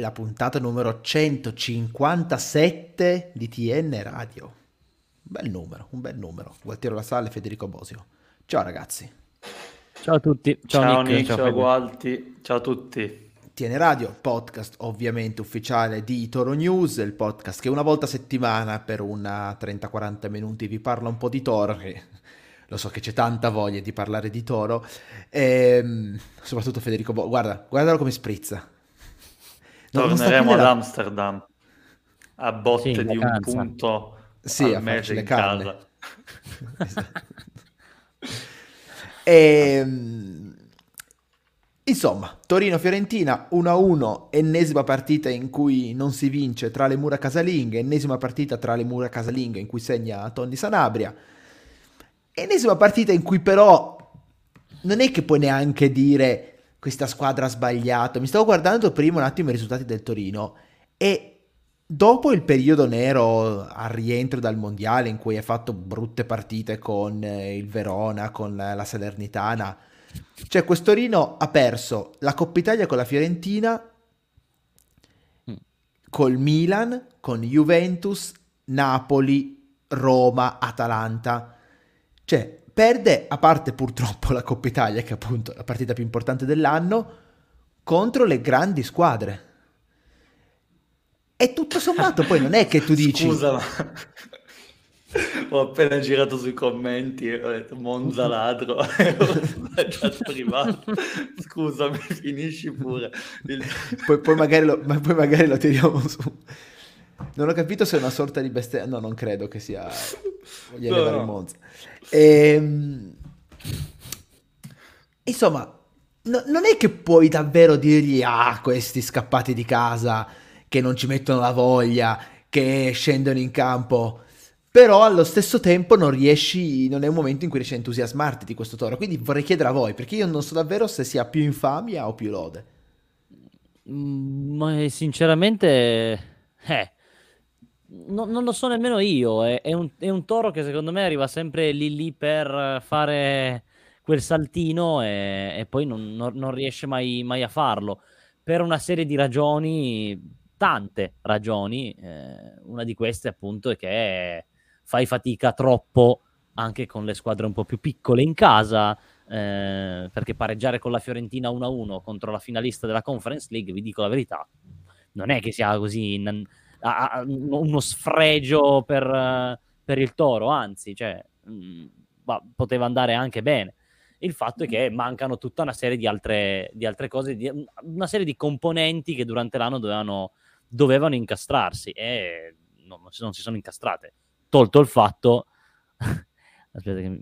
la puntata numero 157 di TN Radio. Un bel numero. Gualtiero La Salle e Federico Bosio. Ciao ragazzi. Ciao a tutti, ciao Ciao Nick, Nick, ciao ciao Fede. Gualti, ciao a tutti. TN Radio, podcast ovviamente ufficiale di Toro News, il podcast che una volta a settimana per una 30-40 minuti vi parla un po' di Toro, che lo so che c'è tanta voglia di parlare di Toro, soprattutto Federico Bosio. Guardalo come sprizza. Non sta più Torneremo ad nella... Amsterdam a Sì, botte in di un vacanza. punto Sì, al a farci mese le in canne. casa. Esatto. Insomma, Torino-Fiorentina 1-1, ennesima partita in cui non si vince tra le mura casalinghe, ennesima partita tra le mura casalinghe in cui segna Tonni Sanabria, ennesima partita in cui però non è che puoi neanche dire questa squadra ha sbagliato. Mi stavo guardando prima un attimo i risultati del Torino e dopo il periodo nero al rientro dal mondiale in cui hai fatto brutte partite con il Verona, con la Salernitana, cioè questo Torino ha perso la Coppa Italia con la Fiorentina, Mm. col Milan, con Juventus, Napoli, Roma, Atalanta. Cioè, perde, a parte purtroppo la Coppa Italia, che è appunto la partita più importante dell'anno, contro le grandi squadre. E tutto sommato poi non è che tu dici... Scusa, ma ho appena girato sui commenti e ho detto Monza ladro, e ho sbagliato privato. Scusami, finisci pure. poi magari lo tiriamo su. Non ho capito se è una sorta di bestemmia. No, non credo che sia. Voglia No, elevare il no. Monza. Insomma, non è che puoi davvero dirgli: ah, questi scappati di casa che non ci mettono la voglia, che scendono in campo. Però allo stesso tempo non riesci, non è un momento in cui riesci a entusiasmarti di questo Toro. Quindi vorrei chiedere a voi, perché io non so davvero se sia più infamia o più lode. Ma sinceramente, non lo so nemmeno io. È un Toro che secondo me arriva sempre lì lì per fare quel saltino e poi non riesce mai a farlo. Per una serie di ragioni, tante ragioni. Una di queste appunto è che fai fatica troppo anche con le squadre un po' più piccole in casa. Perché pareggiare con la Fiorentina 1-1 contro la finalista della Conference League, vi dico la verità, non è che sia così uno sfregio per il Toro, anzi, cioè, poteva andare anche bene. Il fatto è che mancano tutta una serie di altre cose, una serie di componenti che durante l'anno dovevano incastrarsi e non si sono incastrate. Tolto il fatto... Aspetta che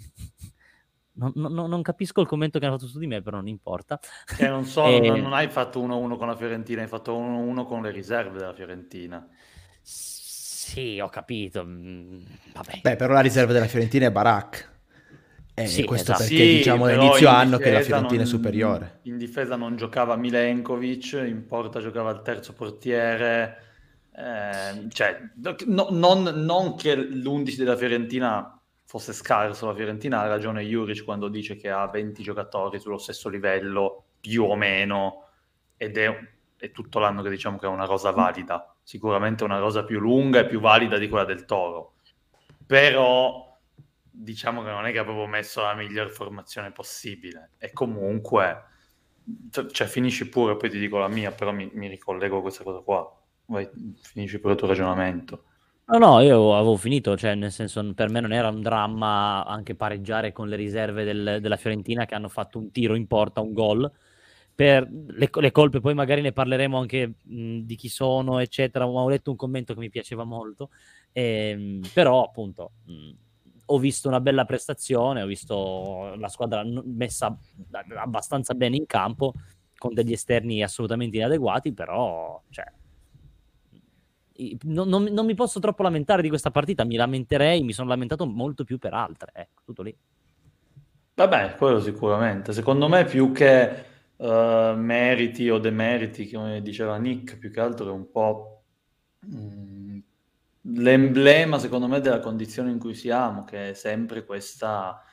non capisco il commento che hanno fatto su di me, però non importa. Che non so, E... non hai fatto 1-1 con la Fiorentina, hai fatto 1-1 con le riserve della Fiorentina. Sì, ho capito. Vabbè. Beh, però la riserva della Fiorentina è Barak. E Sì, questo esatto. perché Sì, diciamo però all'inizio anno che la Fiorentina è superiore. in difesa non giocava Milenkovic, in porta giocava il terzo portiere. Cioè, non che l'11 della Fiorentina fosse scarso, la Fiorentina ha ragione Juric quando dice che ha 20 giocatori sullo stesso livello, più o meno, ed è tutto l'anno che diciamo che è una rosa valida, sicuramente una rosa più lunga e più valida di quella del Toro, però diciamo che non è che avevo messo la miglior formazione possibile e comunque cioè finisci pure, poi ti dico la mia, però mi ricollego a questa cosa qua. Vai, finisci pure il tuo ragionamento. No, io avevo finito, cioè, nel senso, per me non era un dramma anche pareggiare con le riserve della Fiorentina che hanno fatto un tiro in porta, un gol. Per le colpe, poi magari ne parleremo anche di chi sono, eccetera. Ho letto un commento che mi piaceva molto, però appunto ho visto una bella prestazione, ho visto la squadra messa abbastanza bene in campo, con degli esterni assolutamente inadeguati, però cioè, non mi posso troppo lamentare di questa partita, mi sono lamentato molto più per altre, ecco, tutto lì. Vabbè, quello sicuramente. Secondo me più che meriti o demeriti, come diceva Nick, più che altro è un po' l'emblema, secondo me, della condizione in cui siamo, che è sempre questa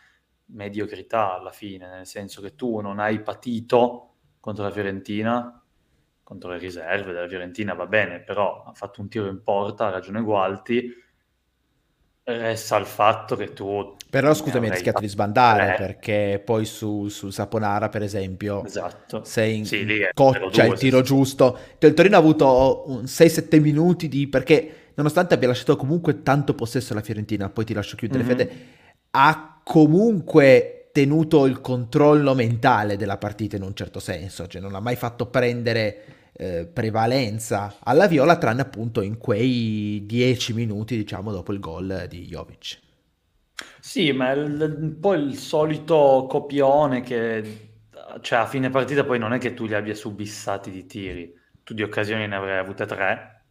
mediocrità alla fine, nel senso che tu non hai patito contro la Fiorentina, contro le riserve della Fiorentina, va bene, però ha fatto un tiro in porta, ha ragione Gualti, resta il fatto che tu Però ne scusami, hai avrai rischiato di fatti sbandare 3. perché poi su Saponara, per esempio, Esatto, sei sì, lì è coccia il 0-2, tiro giusto. Il Torino ha avuto un 6-7 minuti di... perché nonostante abbia lasciato comunque tanto possesso alla Fiorentina, poi ti lascio chiudere Fede, Mhm. ha comunque tenuto il controllo mentale della partita in un certo senso, cioè non ha mai fatto prendere prevalenza alla Viola, tranne appunto in quei 10 minuti, diciamo, dopo il gol di Jovic. Sì, ma poi il solito copione che, cioè, a fine partita poi non è che tu li abbia subissati di tiri, tu di occasioni ne avrai avute 3,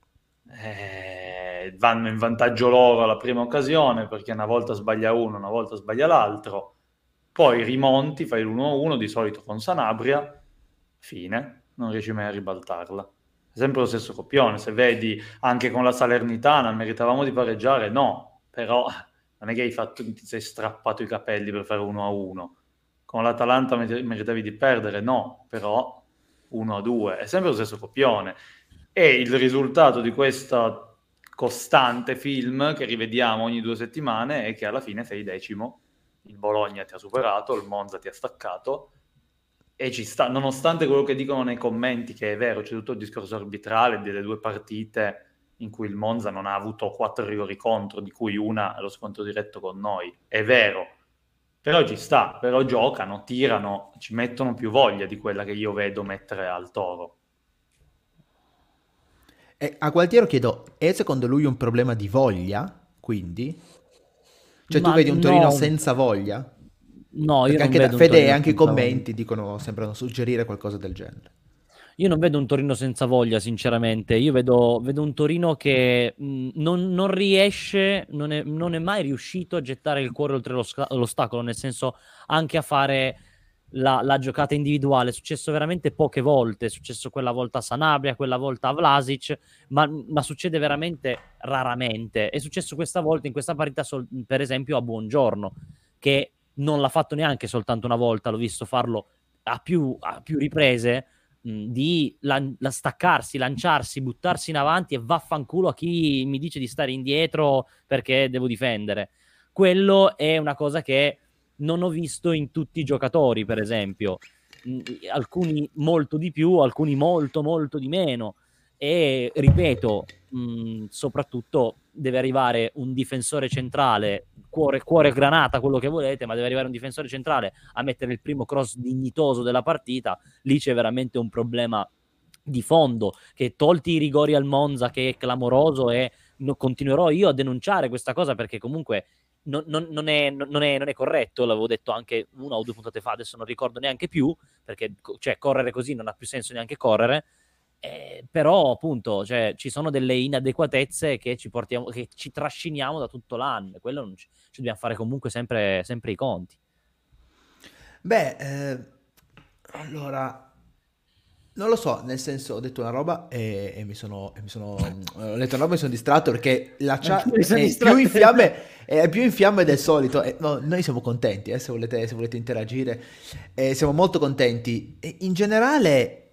vanno in vantaggio loro alla prima occasione perché una volta sbaglia uno, una volta sbaglia l'altro, poi rimonti, fai l'1-1 di solito con Sanabria, fine, non riesci mai a ribaltarla. È sempre lo stesso copione, se vedi anche con la Salernitana meritavamo di pareggiare, no, però non è che ti sei strappato i capelli per fare 1-1. Con l'Atalanta meritavi di perdere, no, però 1-2, è sempre lo stesso copione. E il risultato di questa costante film che rivediamo ogni 2 settimane è che alla fine sei decimo, il Bologna ti ha superato, il Monza ti ha staccato e ci sta, nonostante quello che dicono nei commenti, che è vero, c'è tutto il discorso arbitrale delle 2 partite in cui il Monza non ha avuto 4 rigori contro, di cui una allo scontro diretto con noi, è vero, però ci sta, però giocano, tirano, ci mettono più voglia di quella che io vedo mettere al Toro. E a Gualtiero chiedo, è secondo lui un problema di voglia? Quindi? Cioè tu Ma vedi un Torino no, senza voglia? no, io Perché non anche da vedo un Fede e Torino anche i senza voglia. commenti dicono, sembrano suggerire qualcosa del genere. Io non vedo un Torino senza voglia, sinceramente. Io vedo un Torino che non riesce, non è mai riuscito a gettare il cuore oltre l'ostacolo, nel senso anche a fare la giocata individuale. È successo veramente poche volte. È successo quella volta a Sanabria, quella volta a Vlasic, ma succede veramente raramente. È successo questa volta, in questa partita, per esempio, a Buongiorno, che non l'ha fatto neanche soltanto una volta, l'ho visto farlo a più riprese di staccarsi, lanciarsi, buttarsi in avanti e vaffanculo a chi mi dice di stare indietro perché devo difendere. Quello è una cosa che non ho visto in tutti i giocatori, per esempio. Alcuni molto di più, alcuni molto molto di meno. E ripeto, soprattutto deve arrivare un difensore centrale, cuore granata, quello che volete, ma deve arrivare un difensore centrale a mettere il primo cross dignitoso della partita. Lì c'è veramente un problema di fondo, che tolti i rigori al Monza, che è clamoroso, e continuerò io a denunciare questa cosa perché comunque non è corretto. L'avevo detto anche 1 o 2 puntate fa, adesso non ricordo neanche più, perché cioè, correre così non ha più senso neanche correre. Però appunto, cioè, ci sono delle inadeguatezze che che ci trasciniamo da tutto l'anno, e quello non ci dobbiamo fare comunque sempre i conti. Beh, allora, non lo so, nel senso, ho detto una roba ho detto una roba e mi sono distratto perché la Anche chat mi sono distratto. è più in fiamme del solito. E, no, noi siamo contenti, se volete interagire, siamo molto contenti. E in generale,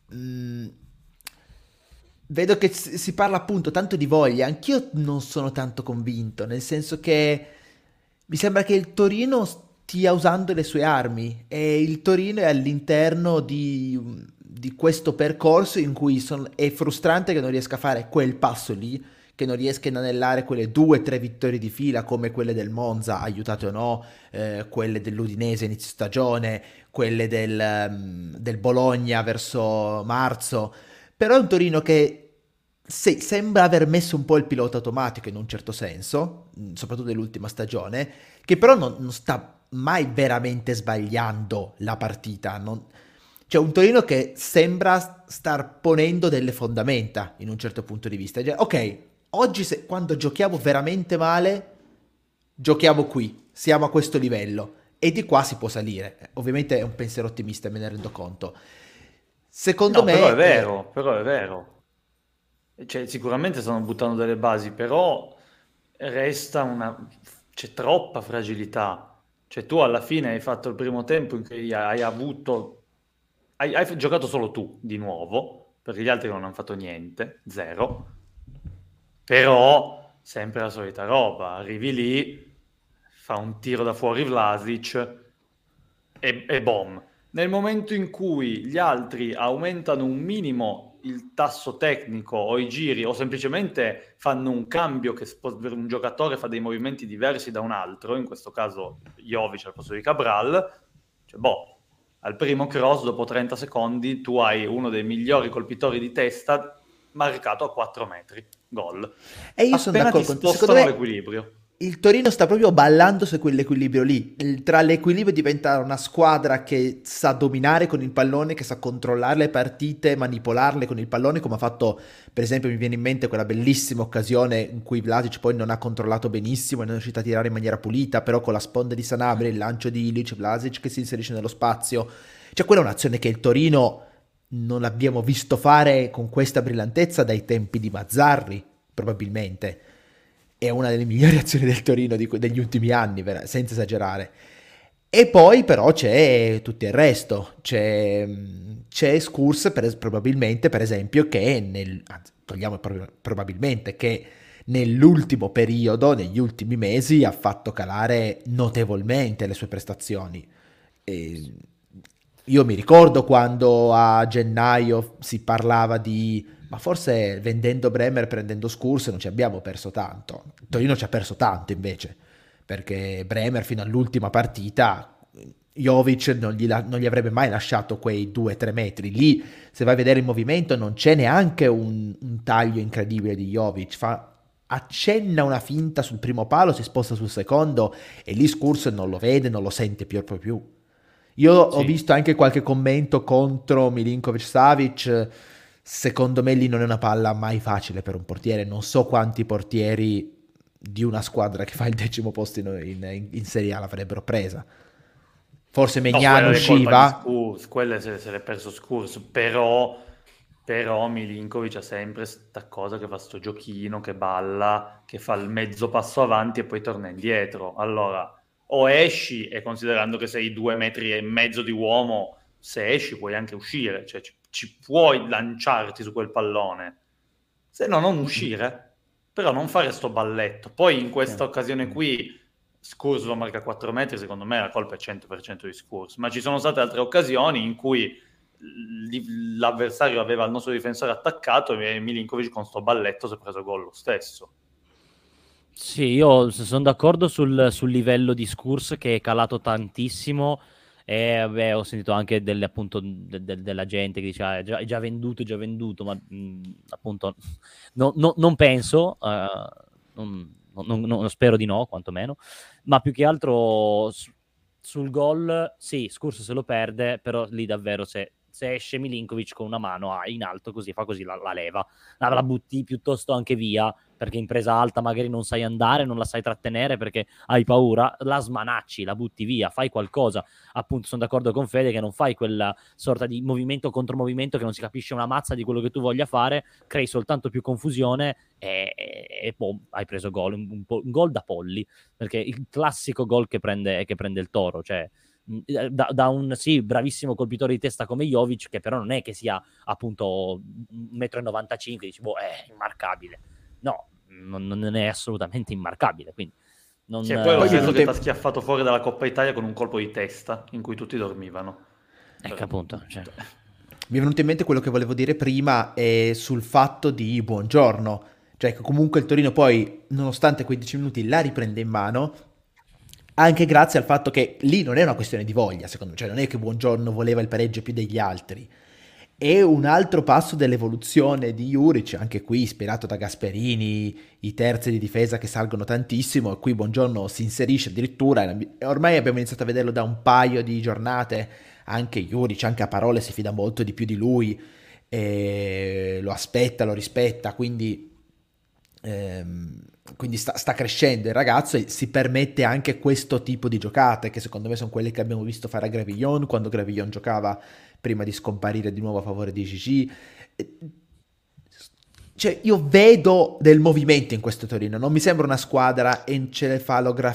vedo che si parla appunto tanto di voglia. Anch'io non sono tanto convinto, nel senso che mi sembra che il Torino stia usando le sue armi e il Torino è all'interno di questo percorso in cui è frustrante che non riesca a fare quel passo lì, che non riesca ad anellare quelle 2 o 3 vittorie di fila come quelle del Monza, aiutate o no, quelle dell'Udinese inizio stagione, quelle del Bologna verso marzo. Però è un Torino che sembra aver messo un po' il pilota automatico in un certo senso, soprattutto nell'ultima stagione, che però non sta mai veramente sbagliando la partita. C'è un Torino che sembra star ponendo delle fondamenta in un certo punto di vista. Cioè, ok, oggi quando giochiamo veramente male, giochiamo qui, siamo a questo livello e di qua si può salire. Ovviamente è un pensiero ottimista, me ne rendo conto. Secondo No, però è me, vero, però è vero. Cioè, sicuramente stanno buttando delle basi, però resta una... c'è troppa fragilità. Cioè, tu alla fine hai fatto il primo tempo in cui hai hai giocato solo tu di nuovo, perché gli altri non hanno fatto niente, zero, però sempre la solita roba, arrivi lì, fa un tiro da fuori Vlasic e boom. Nel momento in cui gli altri aumentano un minimo il tasso tecnico o i giri o semplicemente fanno un cambio che un giocatore fa dei movimenti diversi da un altro, in questo caso Jovic al posto di Cabral, cioè al primo cross dopo 30 secondi tu hai uno dei migliori colpitori di testa marcato a 4 metri, gol. E io sono Appena ti d'accordo con te, spostano secondo me l'equilibrio. il Torino sta proprio ballando su quell'equilibrio lì, tra l'equilibrio diventare una squadra che sa dominare con il pallone, che sa controllare le partite, manipolarle con il pallone, come ha fatto, per esempio, mi viene in mente quella bellissima occasione in cui Vlasic poi non ha controllato benissimo e non è riuscito a tirare in maniera pulita, però con la sponda di Sanabria, il lancio di Ilic, Vlasic che si inserisce nello spazio, cioè quella è un'azione che il Torino non l'abbiamo visto fare con questa brillantezza dai tempi di Mazzarri, probabilmente. È una delle migliori azioni del Torino degli ultimi anni, senza esagerare. E poi però c'è tutto il resto, c'è Scurs probabilmente, per esempio, che togliamo probabilmente, che nell'ultimo periodo, negli ultimi mesi, ha fatto calare notevolmente le sue prestazioni. E io mi ricordo quando a gennaio si parlava ma forse vendendo Bremer, prendendo Scurs non ci abbiamo perso tanto. Torino ci ha perso tanto invece, perché Bremer fino all'ultima partita Jovic non gli avrebbe mai lasciato quei 2-3 metri. Lì, se vai a vedere il movimento, non c'è neanche un taglio incredibile di Jovic. Accenna una finta sul primo palo, si sposta sul secondo e lì Scurs non lo vede, non lo sente più. Io ho visto anche qualche commento contro Milinkovic-Savic. Secondo me lì non è una palla mai facile per un portiere. Non so quanti portieri di una squadra che fa il 10° posto in Serie A l'avrebbero presa. Forse Maignan usciva. Quelle se l'è perso Scurs, però Milinkovic ha sempre sta cosa che fa sto giochino, che balla, che fa il mezzo passo avanti e poi torna indietro. Allora, o esci, e considerando che sei 2,5 metri di uomo, se esci puoi anche uscire, cioè ci puoi lanciarti su quel pallone, se no non uscire, però non fare sto balletto. Poi in questa occasione qui Scurs lo marca 4 metri, secondo me la colpa è 100% di Scurs, ma ci sono state altre occasioni in cui l'avversario aveva il nostro difensore attaccato e Milinkovic con sto balletto si è preso gol lo stesso. Sì, io sono d'accordo sul livello di Scurs, che è calato tantissimo. E vabbè, ho sentito anche appunto della gente che dice è già venduto, ma appunto non penso, non spero di no, quantomeno, ma più che altro sul gol, sì, Scurs se lo perde, però lì davvero se esce Milinkovic con una mano in alto, così fa così la leva, la butti piuttosto anche via, perché in presa alta magari non sai andare, non la sai trattenere perché hai paura, la smanacci, la butti via, fai qualcosa. Appunto sono d'accordo con Fede che non fai quella sorta di movimento contro movimento che non si capisce una mazza di quello che tu voglia fare, crei soltanto più confusione e boh, hai preso gol, un gol da polli, perché il classico gol che prende il Toro, cioè da un sì bravissimo colpitore di testa come Jovic, che però non è che sia appunto 1,95 m, dici boh, è immarcabile. No, non è assolutamente immarcabile, quindi non... Sì, poi lo stesso che ti ha schiaffato fuori dalla Coppa Italia con un colpo di testa in cui tutti dormivano. Ecco appunto, cioè. Mi è venuto in mente quello che volevo dire prima sul fatto di Buongiorno, cioè che comunque il Torino poi, nonostante quei 10 minuti, la riprende in mano, anche grazie al fatto che lì non è una questione di voglia, secondo me, cioè non è che Buongiorno voleva il pareggio più degli altri. È un altro passo dell'evoluzione di Juric, anche qui ispirato da Gasperini, i terzi di difesa che salgono tantissimo, e qui Buongiorno si inserisce addirittura, e ormai abbiamo iniziato a vederlo da un paio di giornate, anche Juric, anche a parole si fida molto di più di lui, lo aspetta, lo rispetta, quindi sta crescendo il ragazzo e si permette anche questo tipo di giocate, che secondo me sono quelle che abbiamo visto fare a Gravillon, quando Gravillon giocava prima di scomparire di nuovo a favore di Gigi. Cioè io vedo del movimento in questo Torino, non mi sembra una squadra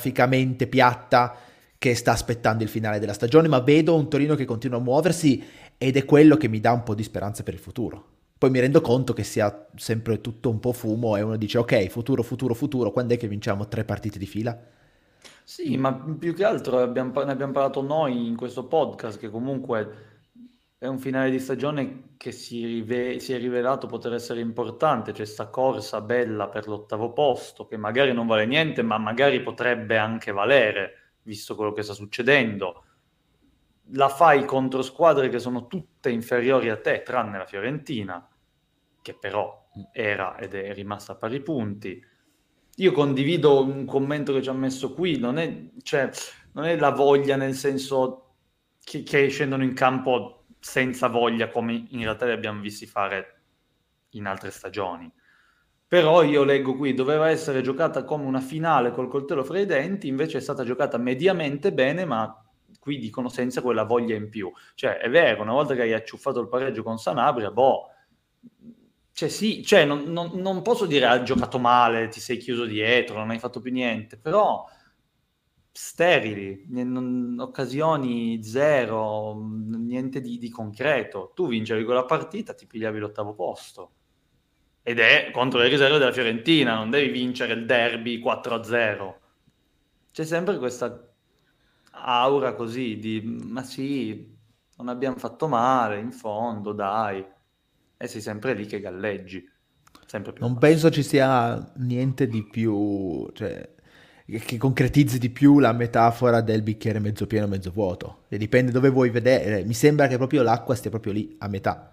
encefalograficamente piatta che sta aspettando il finale della stagione, ma vedo un Torino che continua a muoversi ed è quello che mi dà un po' di speranza per il futuro. Poi mi rendo conto che sia sempre tutto un po' fumo e uno dice ok, futuro, futuro, futuro, quando è che vinciamo 3 partite di fila? Sì, ma più che altro ne abbiamo parlato noi in questo podcast, che comunque è un finale di stagione che si è rivelato poter essere importante. C'è sta corsa bella per l'8º posto, che magari non vale niente, ma magari potrebbe anche valere, visto quello che sta succedendo. La fai contro squadre che sono tutte inferiori a te, tranne la Fiorentina, che però era ed è rimasta a pari punti. Io condivido un commento che ci ha messo qui, non è la voglia nel senso che scendono in campo senza voglia, come in realtà li abbiamo visti fare in altre stagioni. Però io leggo qui, doveva essere giocata come una finale col coltello fra i denti, invece è stata giocata mediamente bene, ma qui dicono senza quella voglia in più. Cioè, è vero, una volta che hai acciuffato il pareggio con Sanabria, cioè sì, cioè non posso dire hai giocato male, ti sei chiuso dietro, non hai fatto più niente, però sterili, occasioni zero, niente di concreto. Tu vincevi quella partita, ti pigliavi l'8º posto. Ed è contro le riserve della Fiorentina, non devi vincere il derby 4-0. C'è sempre questa aura così di, ma sì, non abbiamo fatto male, in fondo, dai. E sei sempre lì che galleggi, sempre più Non basso. penso ci sia niente di più, cioè, che concretizzi di più la metafora del bicchiere mezzo pieno, mezzo vuoto. E dipende dove vuoi vedere. Mi sembra che proprio l'acqua stia proprio lì, a metà.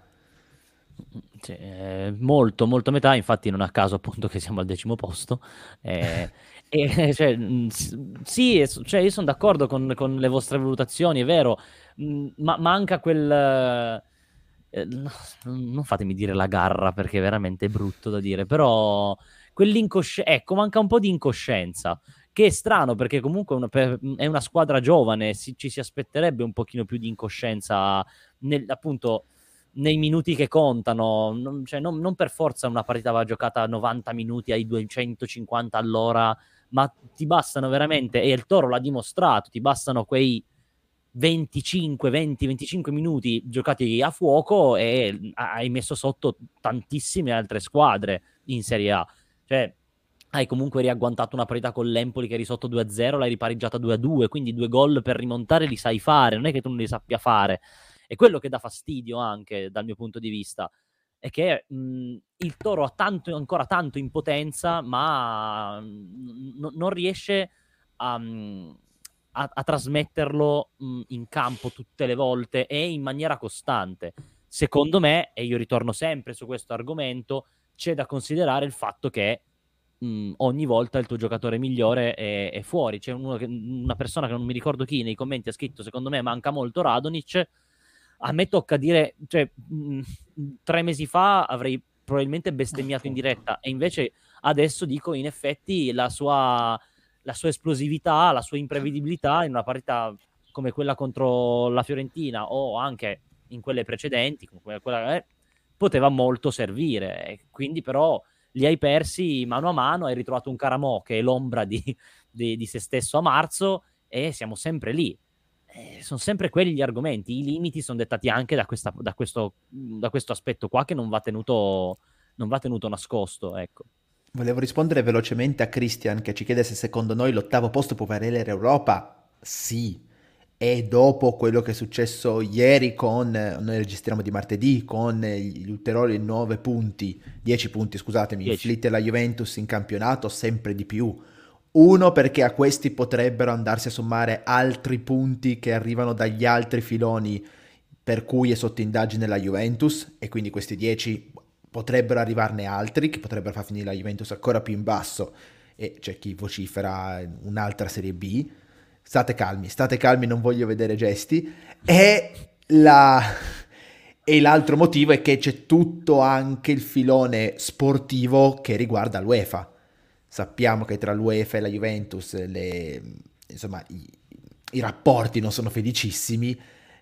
Cioè, molto, molto a metà, infatti non a caso appunto che siamo al 10º posto. Cioè, sì, cioè, io sono d'accordo con le vostre valutazioni, è vero, ma manca quel... no, non fatemi dire la garra perché è veramente brutto da dire, però quell'incoscienza, ecco, manca un po' di incoscienza, che è strano perché comunque è una squadra giovane, ci si aspetterebbe un pochino più di incoscienza appunto nei minuti che contano, cioè non per forza una partita va giocata a 90 minuti ai 250 all'ora, ma ti bastano veramente, e il Toro l'ha dimostrato, ti bastano quei 20-25 minuti giocati a fuoco e hai messo sotto tantissime altre squadre in Serie A. Cioè, hai comunque riagguantato una parità con l'Empoli che eri sotto 2-0, l'hai ripareggiata 2-2, quindi 2 gol per rimontare li sai fare, non è che tu non li sappia fare. E quello che dà fastidio anche dal mio punto di vista è che il Toro ha ancora tanto in potenza, ma non riesce a trasmetterlo in campo tutte le volte e in maniera costante. Secondo me, e io ritorno sempre su questo argomento, c'è da considerare il fatto che ogni volta il tuo giocatore migliore è fuori. C'è una persona che non mi ricordo chi nei commenti ha scritto: secondo me manca molto Radonic. A me tocca dire, cioè 3 mesi fa avrei probabilmente bestemmiato in diretta, e invece adesso dico in effetti la sua esplosività, la sua imprevedibilità in una partita come quella contro la Fiorentina o anche in quelle precedenti, come quella poteva molto servire. E quindi però li hai persi mano a mano, hai ritrovato un Caramò che è l'ombra di se stesso a marzo e siamo sempre lì. Sono sempre quelli gli argomenti, i limiti sono dettati anche da questo aspetto qua che non va tenuto nascosto, ecco. Volevo rispondere velocemente a Christian che ci chiede se secondo noi l'8º posto può valere l'Europa. Sì, e dopo quello che è successo ieri noi registriamo di martedì, con gli ulteriori 9 punti, 10 punti scusatemi, 10. inflitti alla Juventus in campionato, sempre di più. Uno, perché a questi potrebbero andarsi a sommare altri punti che arrivano dagli altri filoni per cui è sotto indagine la Juventus, e quindi questi 10 potrebbero arrivarne altri che potrebbero far finire la Juventus ancora più in basso, e c'è chi vocifera un'altra Serie B. State calmi, non voglio vedere gesti. E l'altro motivo è che c'è tutto anche il filone sportivo che riguarda l'UEFA. Sappiamo che tra l'UEFA e la Juventus insomma, i rapporti non sono felicissimi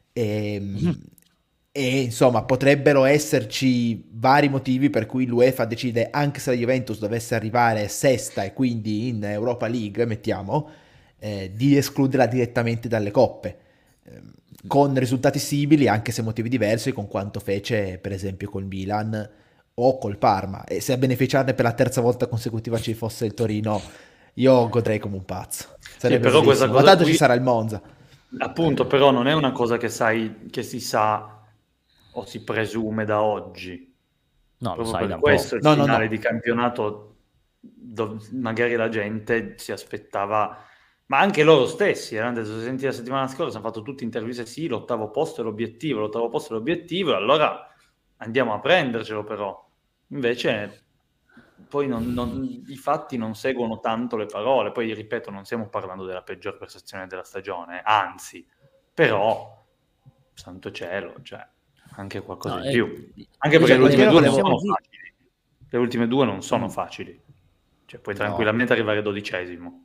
e insomma potrebbero esserci vari motivi per cui l'UEFA decide, anche se la Juventus dovesse arrivare sesta e quindi in Europa League, mettiamo, di escluderla direttamente dalle coppe. con risultati simili, anche se motivi diversi, con quanto fece per esempio col Milan o col Parma. E se a beneficiarne per la terza volta consecutiva ci fosse il Torino, io godrei come un pazzo. Sarebbe però questa bellissimo. Ma cosa tanto qui, ci sarà il Monza. appunto, però non è una cosa che si sa o si presume da oggi. No, lo Proprio sai per da un questo po'. il finale di campionato, magari la gente si aspettava, ma anche loro stessi, hanno detto, se senti la settimana scorsa, hanno fatto tutte interviste, sì, l'ottavo posto è l'obiettivo, e allora andiamo a prendercelo però. Invece poi i fatti non seguono tanto le parole, poi ripeto, non stiamo parlando della peggior prestazione della stagione, anzi, però, santo cielo, cioè, anche qualcosa No, di più. Anche io perché cioè, le ultime due non possiamo sono dire... facili. Le ultime due non sono facili. Cioè, puoi tranquillamente arrivare 12°.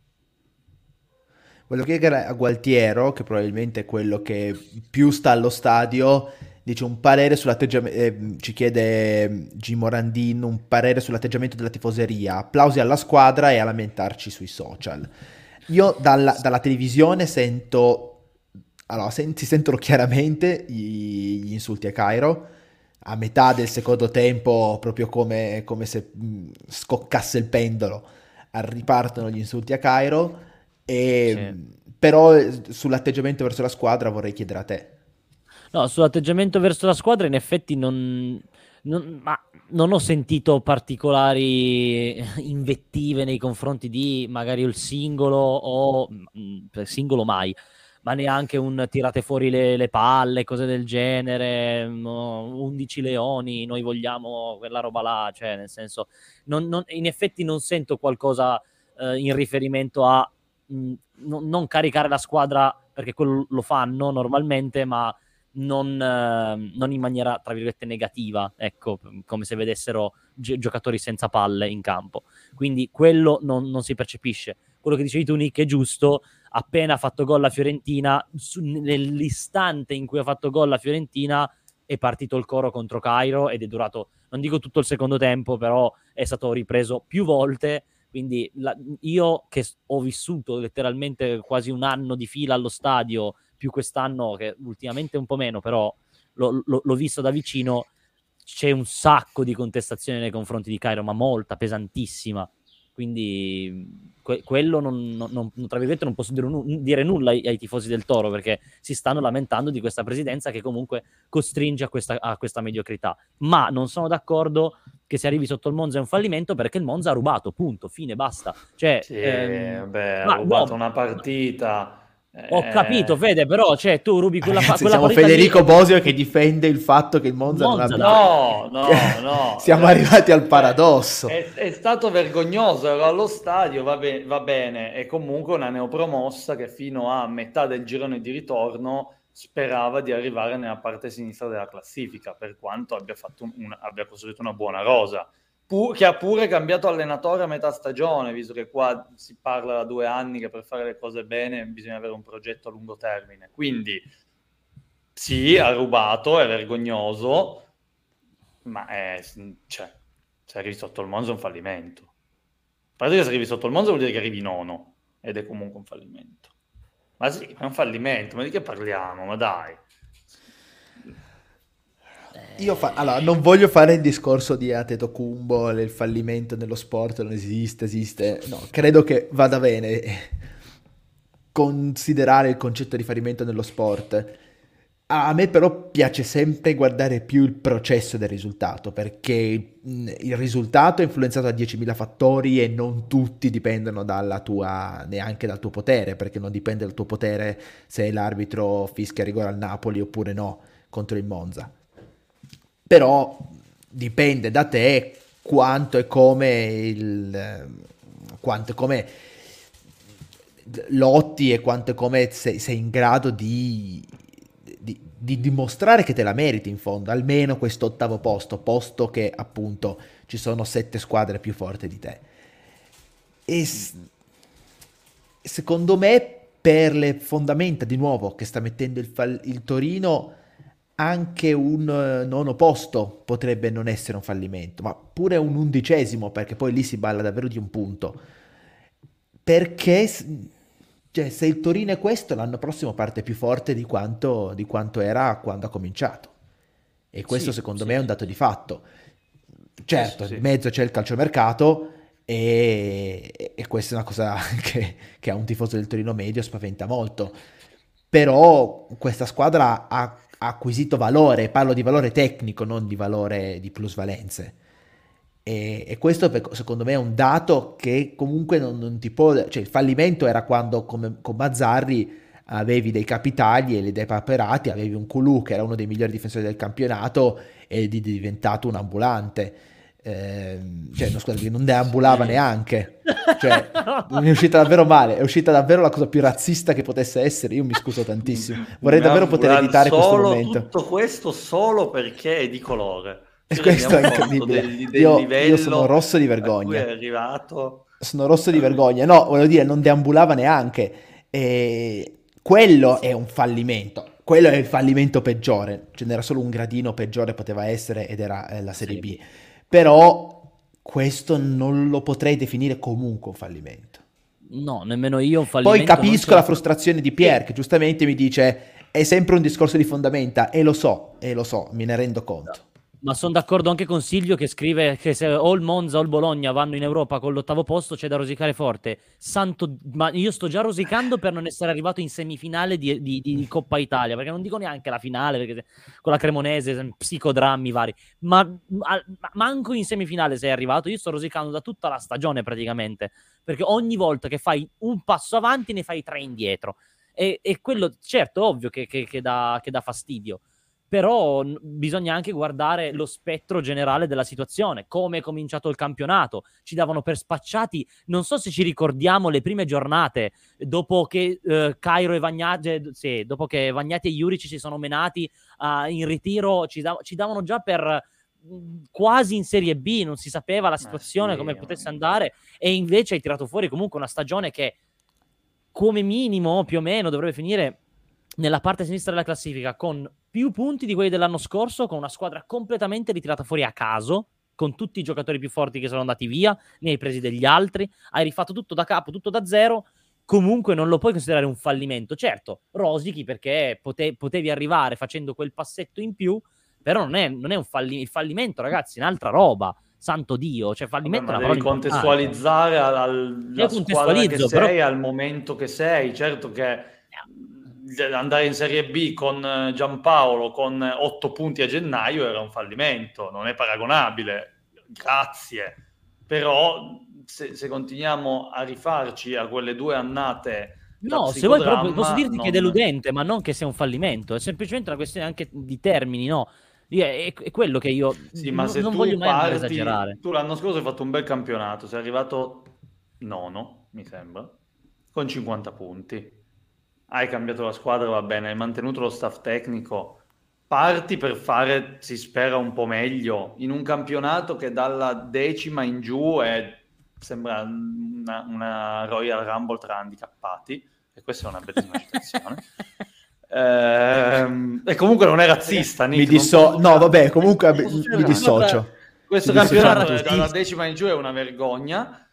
Volevo chiedere a Gualtiero, che probabilmente è quello che più sta allo stadio, dice un parere sull'atteggiamento, ci chiede G. Morandin un parere sull'atteggiamento della tifoseria, applausi alla squadra e a lamentarci sui social. Io dalla televisione sento, allora, si sentono chiaramente gli insulti a Cairo, a metà del secondo tempo, proprio come se scoccasse il pendolo, ripartono gli insulti a Cairo. Sì. Però sull'atteggiamento verso la squadra vorrei chiedere a te. No, sull'atteggiamento verso la squadra in effetti ma non ho sentito particolari invettive nei confronti di magari il singolo o singolo mai, ma neanche un tirate fuori le palle, cose del genere, 11 leoni, noi vogliamo quella roba là, cioè nel senso, in effetti non sento qualcosa in riferimento a non caricare la squadra, perché quello lo fanno normalmente, ma non in maniera, tra virgolette, negativa, ecco, come se vedessero giocatori senza palle in campo. Quindi quello non si percepisce. Quello che dicevi tu, Nick, è giusto. Appena ha fatto gol la Fiorentina, nell'istante in cui ha fatto gol la Fiorentina, è partito il coro contro Cairo ed è durato, non dico tutto il secondo tempo, però è stato ripreso più volte. Quindi io che ho vissuto letteralmente quasi un anno di fila allo stadio, più quest'anno che ultimamente un po' meno, però l'ho visto da vicino, c'è un sacco di contestazione nei confronti di Cairo, ma molta, pesantissima. Quindi quello tra virgolette non posso dire nulla ai tifosi del Toro, perché si stanno lamentando di questa presidenza che comunque costringe a questa mediocrità. Ma non sono d'accordo che se arrivi sotto il Monza è un fallimento, perché il Monza ha rubato, punto, fine, basta. Cioè, Sì, ha rubato una partita. Ho capito, Fede, però cioè, tu rubi Ragazzi, quella siamo partita Federico lì, Bosio che difende il fatto che il Monza non Monza, abbia... No. Siamo arrivati al paradosso. È stato vergognoso, ero allo stadio, va bene, è comunque una neopromossa che fino a metà del girone di ritorno sperava di arrivare nella parte sinistra della classifica, per quanto abbia costruito una buona rosa. Che ha pure cambiato allenatore a metà stagione, visto che qua si parla da 2 anni che per fare le cose bene bisogna avere un progetto a lungo termine. Quindi sì, ha rubato, è vergognoso, ma se arrivi sotto il Monza è un fallimento. A parte che se arrivi sotto il Monza vuol dire che arrivi nono, ed è comunque un fallimento. Ma sì, è un fallimento, ma di che parliamo? Ma dai. Allora, non voglio fare il discorso di Antetokounmpo, il fallimento nello sport non esiste. No, credo che vada bene considerare il concetto di fallimento nello sport. A me però piace sempre guardare più il processo del risultato, perché il risultato è influenzato da 10.000 fattori e non tutti dipendono neanche dal tuo potere, perché non dipende dal tuo potere se l'arbitro fischia rigore al Napoli oppure no contro il Monza. Però dipende da te quanto e come lotti e quanto e come sei in grado di dimostrare che te la meriti in fondo, almeno questo ottavo posto che appunto ci sono 7 squadre più forti di te. E secondo me, per le fondamenta di nuovo che sta mettendo il Torino, anche un nono posto potrebbe non essere un fallimento, ma pure un 11°, perché poi lì si balla davvero di un punto. Perché cioè, se il Torino è questo, l'anno prossimo parte più forte di quanto era quando ha cominciato. E questo Sì, secondo sì, me è un sì. dato di fatto. Sì, sì, Certo, in sì. mezzo c'è il calciomercato e questa è una cosa che a un tifoso del Torino medio spaventa molto. Però questa squadra ha acquisito valore, parlo di valore tecnico, non di valore di plusvalenze. E questo secondo me è un dato che comunque non ti può... Cioè il fallimento era quando come, con Mazzarri avevi dei capitali e dei paperati, avevi un Culù che era uno dei migliori difensori del campionato ed è diventato un ambulante. Cioè, no, scusa, non deambulava Sì. neanche. Cioè, mi è uscita davvero male, è uscita davvero la cosa più razzista che potesse essere. Io mi scuso tantissimo. Vorrei davvero poter editare questo momento. Tutto questo solo perché è di colore. E Ci questo rendiamo è conto incredibile. del Io sono livello rosso di a cui è vergogna. arrivato. Sono rosso di vergogna. No, voglio dire, non deambulava neanche. E quello è un fallimento. Quello è il fallimento peggiore. Ce n'era solo un gradino peggiore, poteva essere, ed era la Serie Serie B. B. Però questo non lo potrei definire comunque un fallimento. No, nemmeno io un Poi fallimento non capisco la c'è. frustrazione di Pierre, che giustamente mi dice è sempre un discorso di fondamenta, e lo so, me ne rendo conto. Ma sono d'accordo anche con Silvio che scrive che se o il Monza o il Bologna vanno in Europa con l'8º posto c'è da rosicare forte. Santo, ma io sto già rosicando per non essere arrivato in semifinale di Coppa Italia, perché non dico neanche la finale, perché con la Cremonese, psicodrammi vari, ma manco in semifinale sei arrivato. Io sto rosicando da tutta la stagione praticamente, perché ogni volta che fai un passo avanti ne fai 3 indietro. E quello, certo, ovvio che dà fastidio. Però bisogna anche guardare lo spettro generale della situazione, come è cominciato il campionato. Ci davano per spacciati, non so se ci ricordiamo le prime giornate, dopo che Cairo e Vagnati, sì, dopo che Vagnati e Juric si sono menati in ritiro, ci davano già per quasi in Serie B, non si sapeva la situazione, Sì, come potesse andare, e invece hai tirato fuori comunque una stagione che come minimo, più o meno, dovrebbe finire nella parte sinistra della classifica con più punti di quelli dell'anno scorso, con una squadra completamente ritirata fuori a caso, con tutti i giocatori più forti che sono andati via, ne hai presi degli altri, hai rifatto tutto da capo, tutto da zero. Comunque non lo puoi considerare un fallimento. Certo, rosichi perché potevi arrivare facendo quel passetto in più, però non è un fallimento. Il fallimento, ragazzi, è un'altra roba. Santo Dio, cioè Vabbè, fallimento è ma una devi parola importante. contestualizzare Io alla squadra che contestualizzo, però sei, al momento che sei. Certo che andare in Serie B con Giampaolo con 8 punti a gennaio era un fallimento, non è paragonabile, grazie. Però se continuiamo a rifarci a quelle 2 annate da no, se vuoi proprio posso psicodramma, dirti che è non... deludente, ma non che sia un fallimento, è semplicemente una questione anche di termini, no? È quello che io Sì, ma se non voglio tu mai andare a parti, esagerare. tu l'anno scorso hai fatto un bel campionato, sei arrivato nono, mi sembra, con 50 punti. Hai cambiato la squadra, va bene, hai mantenuto lo staff tecnico. Parti per fare, si spera, un po' meglio in un campionato che dalla 10ª in giù sembra una Royal Rumble tra handicappati, e questa è una bellissima citazione. E comunque non è razzista, Nick. No, vabbè, comunque mi Guarda, dissocio. questo Ci dissociamo campionato tutti. dalla 10ª in giù è una vergogna.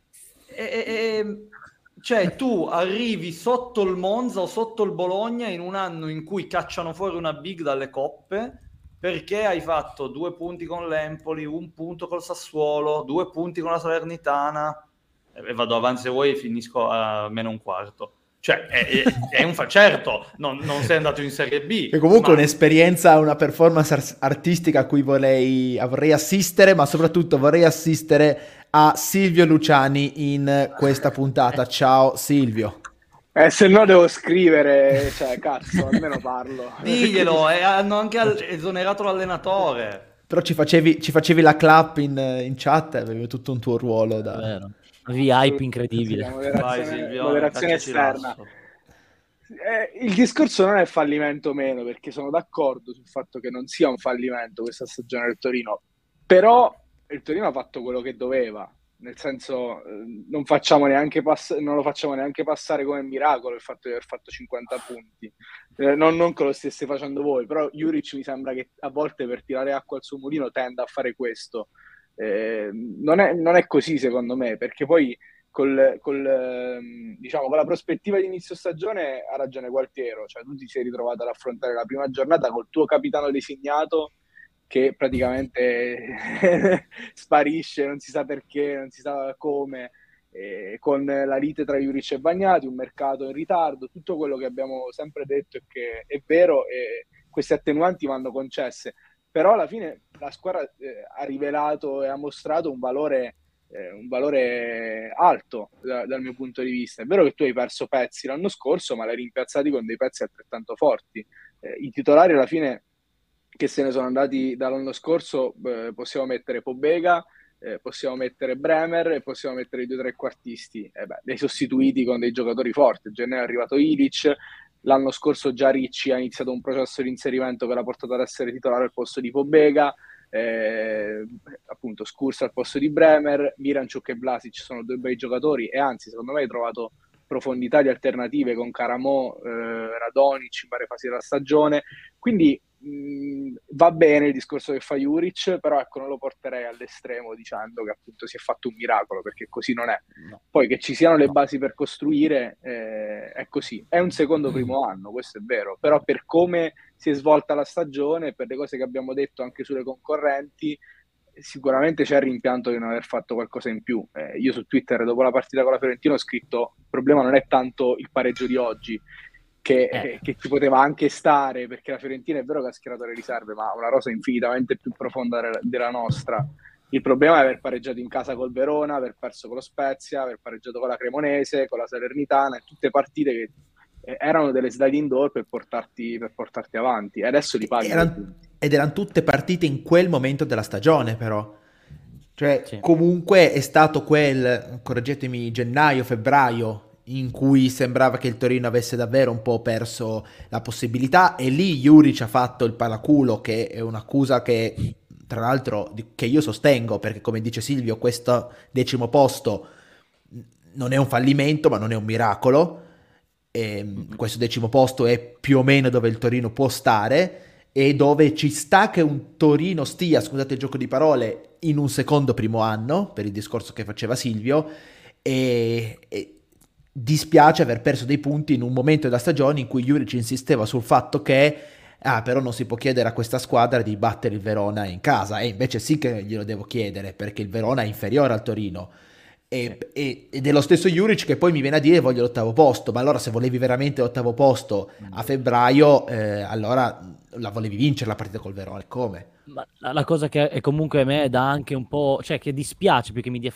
Cioè, tu arrivi sotto il Monza o sotto il Bologna in un anno in cui cacciano fuori una big dalle coppe perché hai fatto 2 punti con l'Empoli, 1 punto col Sassuolo, 2 punti con la Salernitana, e vado avanti se vuoi e finisco a meno un quarto. Cioè, è un certo, non sei andato in Serie B. È comunque ma... un'esperienza, una performance artistica a cui vorrei assistere, ma soprattutto vorrei assistere a Silvio Luciani in questa puntata. Ciao Silvio. Se no devo scrivere, cioè cazzo, almeno parlo. Diglielo, hanno anche esonerato l'allenatore. Però ci facevi la clap in chat, avevi tutto un tuo ruolo da... Vero. VIP incredibile. Sì, Vai Silvio, moderazione esterna. Il discorso non è fallimento o meno, perché sono d'accordo sul fatto che non sia un fallimento questa stagione del Torino, però il Torino ha fatto quello che doveva, nel senso non lo facciamo neanche passare come miracolo il fatto di aver fatto 50 punti, non che lo stesse facendo voi, però Juric mi sembra che a volte per tirare acqua al suo mulino tenda a fare questo. Non è così secondo me, perché poi diciamo, con la prospettiva di inizio stagione ha ragione Gualtiero, cioè tu ti sei ritrovato ad affrontare la prima giornata col tuo capitano designato che praticamente sparisce, non si sa perché, non si sa come, con la lite tra Juric e Bagnati, un mercato in ritardo, tutto quello che abbiamo sempre detto è che è vero e queste attenuanti vanno concesse, però alla fine la squadra ha rivelato e ha mostrato un valore alto dal mio punto di vista. È vero che tu hai perso pezzi l'anno scorso, ma l'hai rimpiazzati con dei pezzi altrettanto forti. I titolari alla fine che se ne sono andati dall'anno scorso, possiamo mettere Pobega, possiamo mettere Bremer e possiamo mettere i due trequartisti, dei sostituiti con dei giocatori forti. Gennaio è arrivato Ilic, l'anno scorso già Ricci ha iniziato un processo di inserimento che l'ha portato ad essere titolare al posto di Pobega, appunto Skursa al posto di Bremer, Miranchuk e Vlasic sono due bei giocatori e anzi secondo me hai trovato profondità di alternative con Caramo, Radonic in varie fasi della stagione, quindi va bene il discorso che fa Juric, però ecco non lo porterei all'estremo dicendo che appunto si è fatto un miracolo, perché così non è. No. Poi che ci siano le basi per costruire, è così. È un secondo primo anno, questo è vero, però per come si è svolta la stagione, per le cose che abbiamo detto anche sulle concorrenti, sicuramente c'è il rimpianto di non aver fatto qualcosa in più. Io su Twitter dopo la partita con la Fiorentina ho scritto: il problema non è tanto il pareggio di oggi, che ci poteva anche stare, perché la Fiorentina è vero che ha schierato le riserve, ma ha una rosa infinitamente più profonda della nostra. Il problema è aver pareggiato in casa col Verona, aver perso con lo Spezia, aver pareggiato con la Cremonese, con la Salernitana, tutte partite che erano delle sliding door per portarti avanti, e adesso li paghi. Ed erano tutte partite in quel momento della stagione, però. Cioè, Sì. comunque è stato quel, correggetemi, gennaio-febbraio, in cui sembrava che il Torino avesse davvero un po' perso la possibilità, e lì Juric ha fatto il paraculo, che è un'accusa che, tra l'altro, che io sostengo, perché come dice Silvio, questo 10° posto non è un fallimento, ma non è un miracolo. Questo 10° posto è più o meno dove il Torino può stare, e dove ci sta che un Torino stia, scusate il gioco di parole, in un secondo primo anno, per il discorso che faceva Silvio, e dispiace aver perso dei punti in un momento della stagione in cui Juric insisteva sul fatto che però non si può chiedere a questa squadra di battere il Verona in casa, e invece sì che glielo devo chiedere, perché il Verona è inferiore al Torino. Ed è lo stesso Juric che poi mi viene a dire: voglio l'8° posto. Ma allora, se volevi veramente l'8° posto a febbraio, allora la volevi vincere la partita col Verona, come? Ma la cosa che è comunque a me dà anche un po', cioè che dispiace più che mi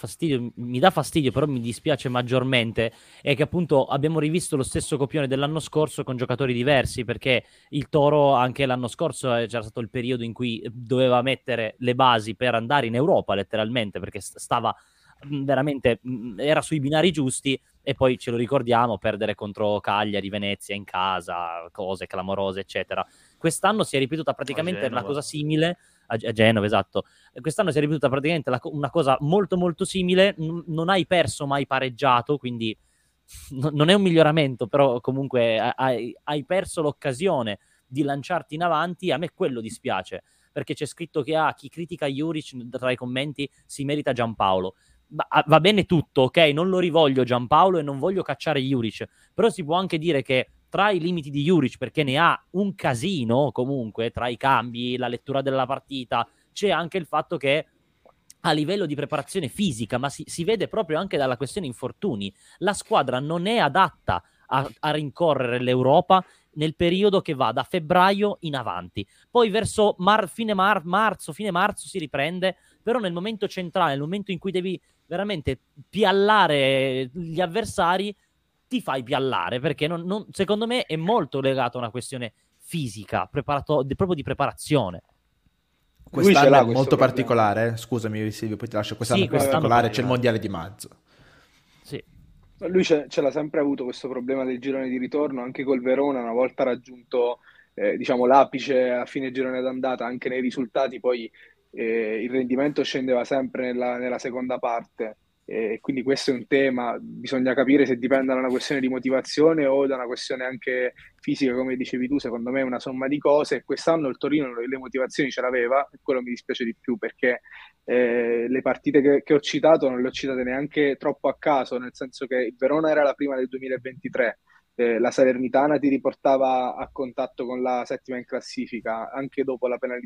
dà fastidio, però mi dispiace maggiormente, è che appunto abbiamo rivisto lo stesso copione dell'anno scorso con giocatori diversi, perché il Toro anche l'anno scorso c'era stato il periodo in cui doveva mettere le basi per andare in Europa letteralmente, perché stava veramente, era sui binari giusti, e poi ce lo ricordiamo, perdere contro Cagliari, Venezia in casa, cose clamorose eccetera. Quest'anno si è ripetuta praticamente una cosa simile a Genova, esatto. Quest'anno si è ripetuta praticamente una cosa molto molto simile. Non hai perso, ma hai pareggiato, quindi non è un miglioramento, però comunque hai perso l'occasione di lanciarti in avanti. A me quello dispiace, perché c'è scritto che chi critica Juric tra i commenti si merita Giampaolo. Va bene tutto, ok? Non lo rivoglio Giampaolo e non voglio cacciare Juric, però si può anche dire che tra i limiti di Juric, perché ne ha un casino comunque, tra i cambi, la lettura della partita, c'è anche il fatto che a livello di preparazione fisica, ma si vede proprio anche dalla questione infortuni, la squadra non è adatta a rincorrere l'Europa nel periodo che va da febbraio in avanti. Poi verso fine marzo si riprende, però nel momento centrale, nel momento in cui devi veramente piallare gli avversari, ti fai piallare, perché secondo me è molto legato a una questione fisica, proprio di preparazione. Quest'anno è molto particolare, scusami Silvio, poi ti lascio. Quest'anno è particolare, c'è il mondiale di marzo. Sì. Lui ce l'ha sempre avuto questo problema del girone di ritorno, anche col Verona, una volta raggiunto diciamo l'apice a fine girone d'andata, anche nei risultati, poi il rendimento scendeva sempre nella seconda parte. quindi questo è un tema, bisogna capire se dipende da una questione di motivazione o da una questione anche fisica, come dicevi tu. Secondo me è una somma di cose, e quest'anno il Torino le motivazioni ce l'aveva, e quello mi dispiace di più, perché le partite che ho citato non le ho citate neanche troppo a caso, nel senso che il Verona era la prima del 2023, la Salernitana ti riportava a contatto con la settima in classifica, anche dopo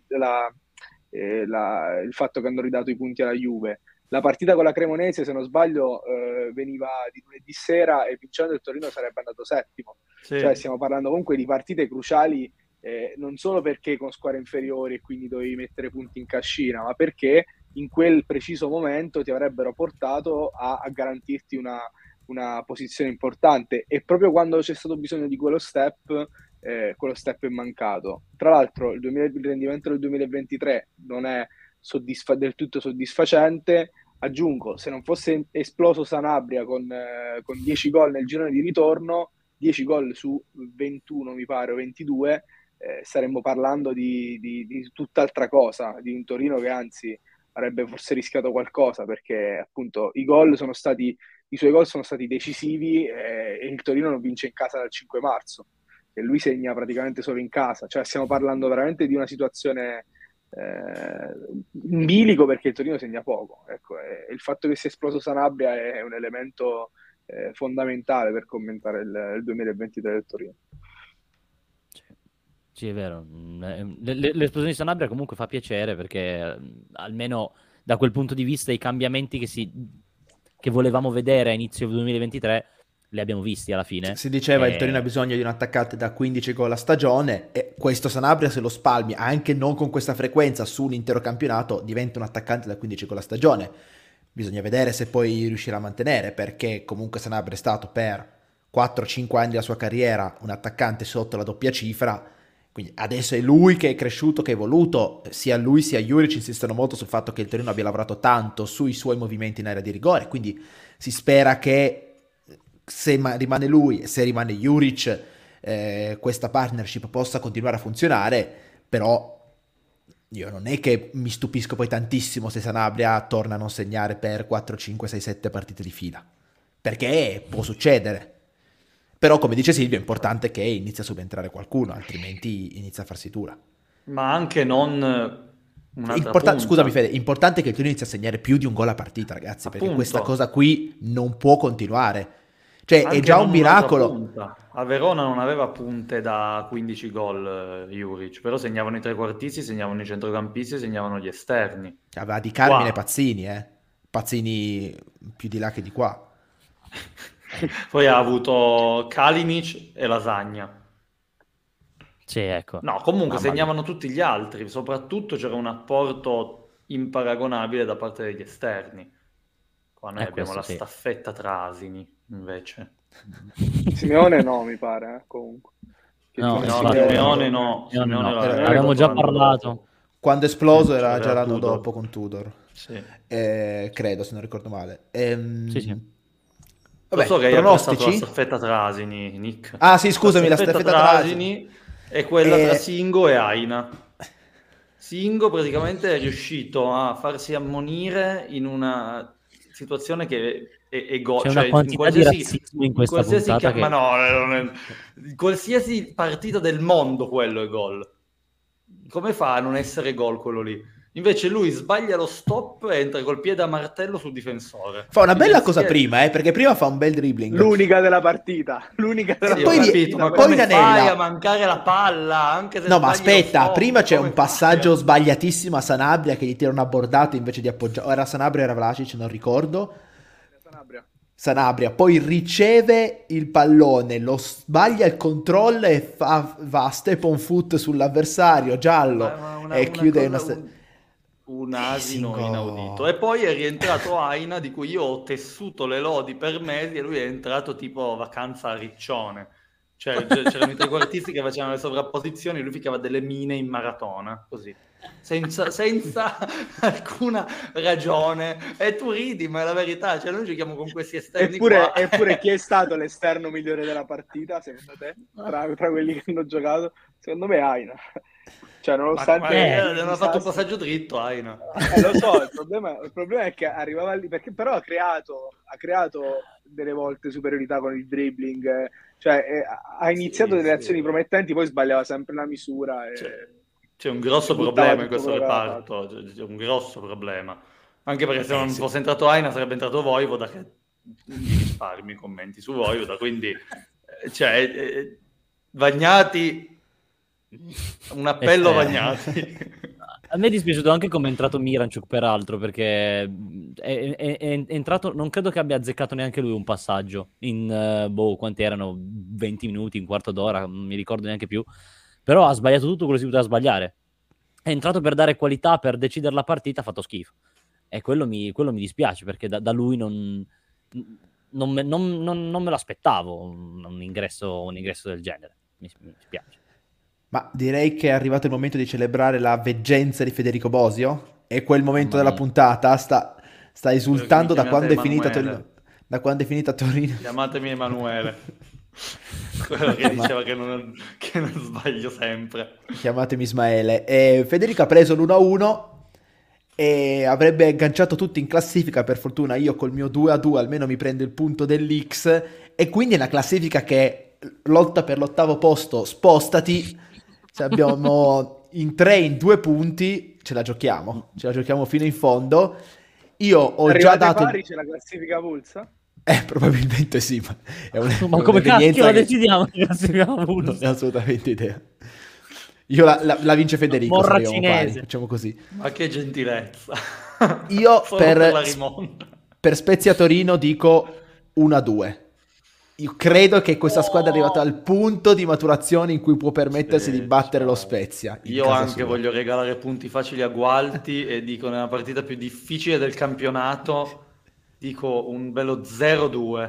il fatto che hanno ridato i punti alla Juve. La partita con la Cremonese, se non sbaglio, veniva di lunedì sera, e vincendo il Torino sarebbe andato settimo. Sì. Cioè stiamo parlando comunque di partite cruciali, non solo perché con squadre inferiori e quindi dovevi mettere punti in cascina, ma perché in quel preciso momento ti avrebbero portato a garantirti una posizione importante, e proprio quando c'è stato bisogno di quello step è mancato. Tra l'altro il rendimento del 2023 non è del tutto soddisfacente. Aggiungo, se non fosse esploso Sanabria con 10 gol nel girone di ritorno, 10 gol su 21 mi pare, o 22, staremmo parlando di tutt'altra cosa, di un Torino che anzi avrebbe forse rischiato qualcosa, perché appunto i suoi gol sono stati decisivi, e il Torino non vince in casa dal 5 marzo, e lui segna praticamente solo in casa. Cioè stiamo parlando veramente di una situazione in bilico, perché il Torino segna poco. Ecco, e il fatto che sia esploso Sanabria è un elemento fondamentale per commentare il 2023 del Torino. Sì, è vero. L'esplosione di Sanabria comunque fa piacere, perché almeno da quel punto di vista i cambiamenti che volevamo vedere a inizio 2023 li abbiamo visti alla fine. Si diceva il Torino ha bisogno di un attaccante da 15 gol a stagione, e questo Sanabria, se lo spalmi anche non con questa frequenza su un intero campionato, diventa un attaccante da 15 gol a stagione. Bisogna vedere se poi riuscirà a mantenere, perché comunque Sanabria è stato per 4-5 anni della sua carriera un attaccante sotto la doppia cifra. Quindi adesso è lui che è cresciuto, che è evoluto. Sia lui sia Juric insistono molto sul fatto che il Torino abbia lavorato tanto sui suoi movimenti in area di rigore, quindi si spera che, se rimane lui e se rimane Juric, questa partnership possa continuare a funzionare. Però io non è che mi stupisco poi tantissimo se Sanabria torna a non segnare per 4, 5, 6, 7 partite di fila, perché può succedere. Però, come dice Silvio, è importante che inizi a subentrare qualcuno, altrimenti inizia a farsi dura. Ma anche non un'altra punta. Scusami Fede, è importante che il Torino inizi a segnare più di un gol a partita, ragazzi, perché Appunto. questa cosa qui non può continuare. Cioè, Anche è già non un miracolo. punta. A Verona non aveva punte da 15 gol Juric, però segnavano i trequartisti, segnavano i centrocampisti, segnavano gli esterni. Aveva Di Carmine e Qua. Pazzini, Pazzini più di là che di qua. Poi ha avuto Kalinic e Lasagna. Sì, ecco. No, comunque Mamma segnavano tutti gli altri, soprattutto c'era un apporto imparagonabile da parte degli esterni. Qua noi abbiamo questo la sì. staffetta Trasini, invece. Simeone no, mi pare, comunque. No, Simeone no. Simeone no. l'aveva Abbiamo già fatto l'anno parlato. dopo. Quando è esploso Sì, era c'aveva già l'anno Tudor. dopo con Tudor. Sì. Credo, se non ricordo male. Sì. Vabbè, Lo so che hai apprezzato la pronostici? staffetta Trasini, Nick. Ah sì, scusami, la staffetta Trasini è quella tra Singo e Aina. Singo praticamente è riuscito a farsi ammonire in una situazione che è gol. C'è una quantità di razzismo in questa puntata ma no, in qualsiasi partita del mondo quello è gol. Come fa a non essere gol quello lì? Invece lui sbaglia lo stop e entra col piede a martello sul difensore. Fa una bella cosa prima, perché prima fa un bel dribbling. L'unica della partita. E Partita. Ma poi come Danella. fai a mancare la palla? Anche se No, ma sbagli lo aspetta, stop, prima c'è come un passaggio fai? sbagliatissimo a Sanabria che gli tira una bordata invece di appoggiare. Era Sanabria o era Vlasic, non ricordo. Sanabria poi riceve il pallone, lo sbaglia il controllo e va a step on foot sull'avversario, giallo, e chiude un asino Singo. inaudito. E poi è rientrato Aina, di cui io ho tessuto le lodi per mesi, e lui è entrato tipo vacanza a Riccione. Cioè c'erano i trequartisti che facevano le sovrapposizioni, lui ficava delle mine in maratona, così. Senza alcuna ragione, e tu ridi, ma è la verità, cioè noi giochiamo con questi esterni qua. Eppure chi è stato l'esterno migliore della partita, secondo te? Tra quelli che hanno giocato? Secondo me Aina. Cioè, nonostante hanno fatto un passaggio dritto, Aina. Lo so, il problema è che arrivava lì, perché però ha creato delle volte superiorità con il dribbling, cioè ha iniziato delle azioni promettenti, poi sbagliava sempre la misura. C'è un grosso problema in questo reparto, c'è un grosso problema. Anche perché se non fosse entrato Aina sarebbe entrato Voivoda, che mi risparmi i commenti su Voivoda, quindi Vagnati, un appello a Vagnati. A me è dispiaciuto anche come è entrato Miranchuk, peraltro, perché è entrato, non credo che abbia azzeccato neanche lui un passaggio in, quanti erano, 20 minuti, un quarto d'ora, non mi ricordo neanche più, però ha sbagliato tutto quello che si poteva sbagliare. È entrato per dare qualità, per decidere la partita, ha fatto schifo. E quello mi dispiace, perché da lui non me lo aspettavo un ingresso del genere. Mi spiace. Ma direi che è arrivato il momento di celebrare la veggenza di Federico Bosio. È quel momento della puntata. Sta esultando da quando è finita Torino. Da quando è finita Torino. Chiamatemi Emanuele. Quello che diceva che non sbaglio sempre. Chiamatemi Ismaele. Federico ha preso l'1-1 e avrebbe agganciato tutti in classifica. Per fortuna io col mio 2-2 almeno mi prendo il punto dell'X. E quindi è una classifica che lotta per l'8º posto. Spostati. Se abbiamo in 3 in 2 punti, ce la giochiamo fino in fondo. Io ho già dato pari, c'è la classifica pulsa? Probabilmente sì, ma ma come cacchio la decidiamo la classifica pulsa? Non ho assolutamente idea. Io la vince Federico, Morra cinese. facciamo così. Ma che gentilezza. Io per la rimonta. Per Spezia Torino dico 1-2. Io credo che questa squadra è arrivata al punto di maturazione in cui può permettersi di battere lo Spezia. Io anche voglio regalare punti facili a Gualti e dico nella partita più difficile del campionato dico un bello 0-2.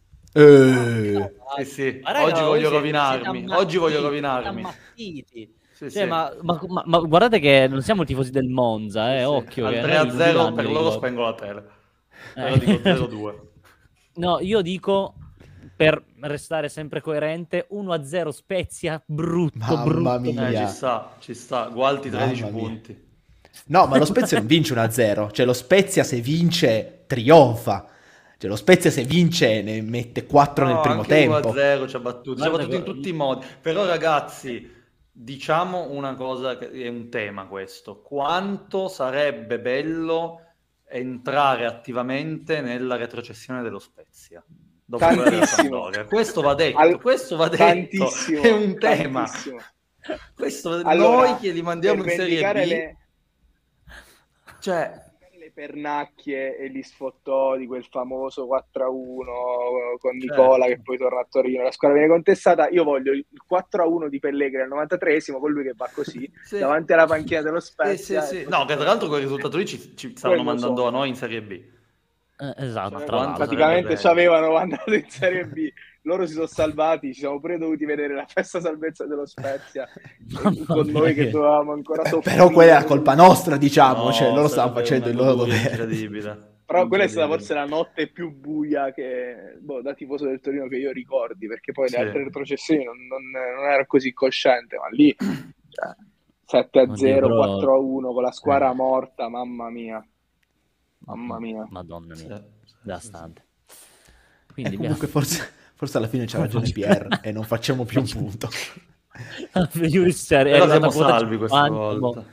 Sì. Oggi voglio rovinarmi. Sì. Ma guardate che non siamo tifosi del Monza, occhio. Al 3-0 per loro spengo la tele. Però dico 0-2. No, io dico, per restare sempre coerente, 1-0 Spezia, brutto. Mamma mia. Ci sta. Gualti 13 punti. No, ma lo Spezia non vince 1-0. Cioè lo Spezia se vince trionfa. Cioè lo Spezia se vince ne mette 4 nel primo tempo. 1-0 ci ha battuto in tutti i modi. Però ragazzi, diciamo una cosa, che è un tema questo. Quanto sarebbe bello entrare attivamente nella retrocessione dello Spezia dopo quella della Sampdoria. Questo va detto, tantissimo, è un tema. Questo allora, noi che li mandiamo in Serie B, cioè le pernacchie e gli sfottò di quel famoso 4-1 con Nicola, che poi torna a Torino, la squadra viene contestata. Io voglio il 4-1 di Pellegrini al 93esimo, con lui che va così davanti alla panchina dello Spezia. No, che tra l'altro quel risultato lì ci stavano mandando a noi in Serie B. Esatto, praticamente ci avevano mandato in Serie B. Loro si sono salvati, ci siamo pure dovuti vedere la festa salvezza dello Spezia con noi che dovevamo ancora soffrire. Però quella è la colpa nostra, diciamo, cioè loro stavano facendo il loro dovere. Incredibile. Però quella è stata forse la notte più buia che da tifoso del Torino che io ricordi, perché poi le altre retrocessioni non ero così cosciente, ma lì 7-0, 4-1 con la squadra morta, mamma mia. Madonna mia, devastante. Quindi comunque forse alla fine c'ha ragione Pierre e non facciamo più un punto. Però siamo salvi questa volta.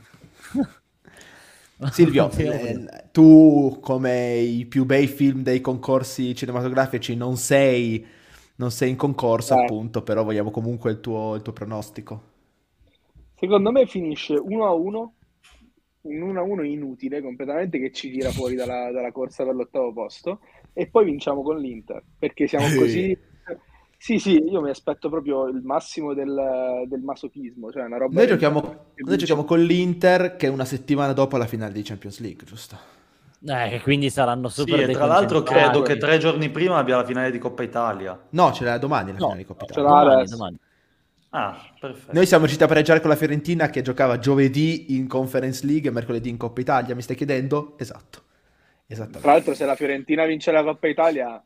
Silvio, tu come i più bei film dei concorsi cinematografici non sei in concorso, appunto, però vogliamo comunque il tuo pronostico. Secondo me finisce 1-1, un 1-1 inutile completamente, che ci tira fuori dalla corsa per l'8º posto, e poi vinciamo con l'Inter, perché siamo così. Sì, io mi aspetto proprio il massimo del masochismo, cioè una roba. Noi giochiamo con l'Inter, che è una settimana dopo la finale di Champions League, giusto? Quindi saranno super e tra l'altro credo che 3 giorni prima abbia la finale di Coppa Italia. No, ce l'ha domani la finale di Coppa Italia. Domani. Perfetto. Noi siamo riusciti a pareggiare con la Fiorentina, che giocava giovedì in Conference League e mercoledì in Coppa Italia, mi stai chiedendo? Esatto. Esattamente. Tra l'altro se la Fiorentina vince la Coppa Italia,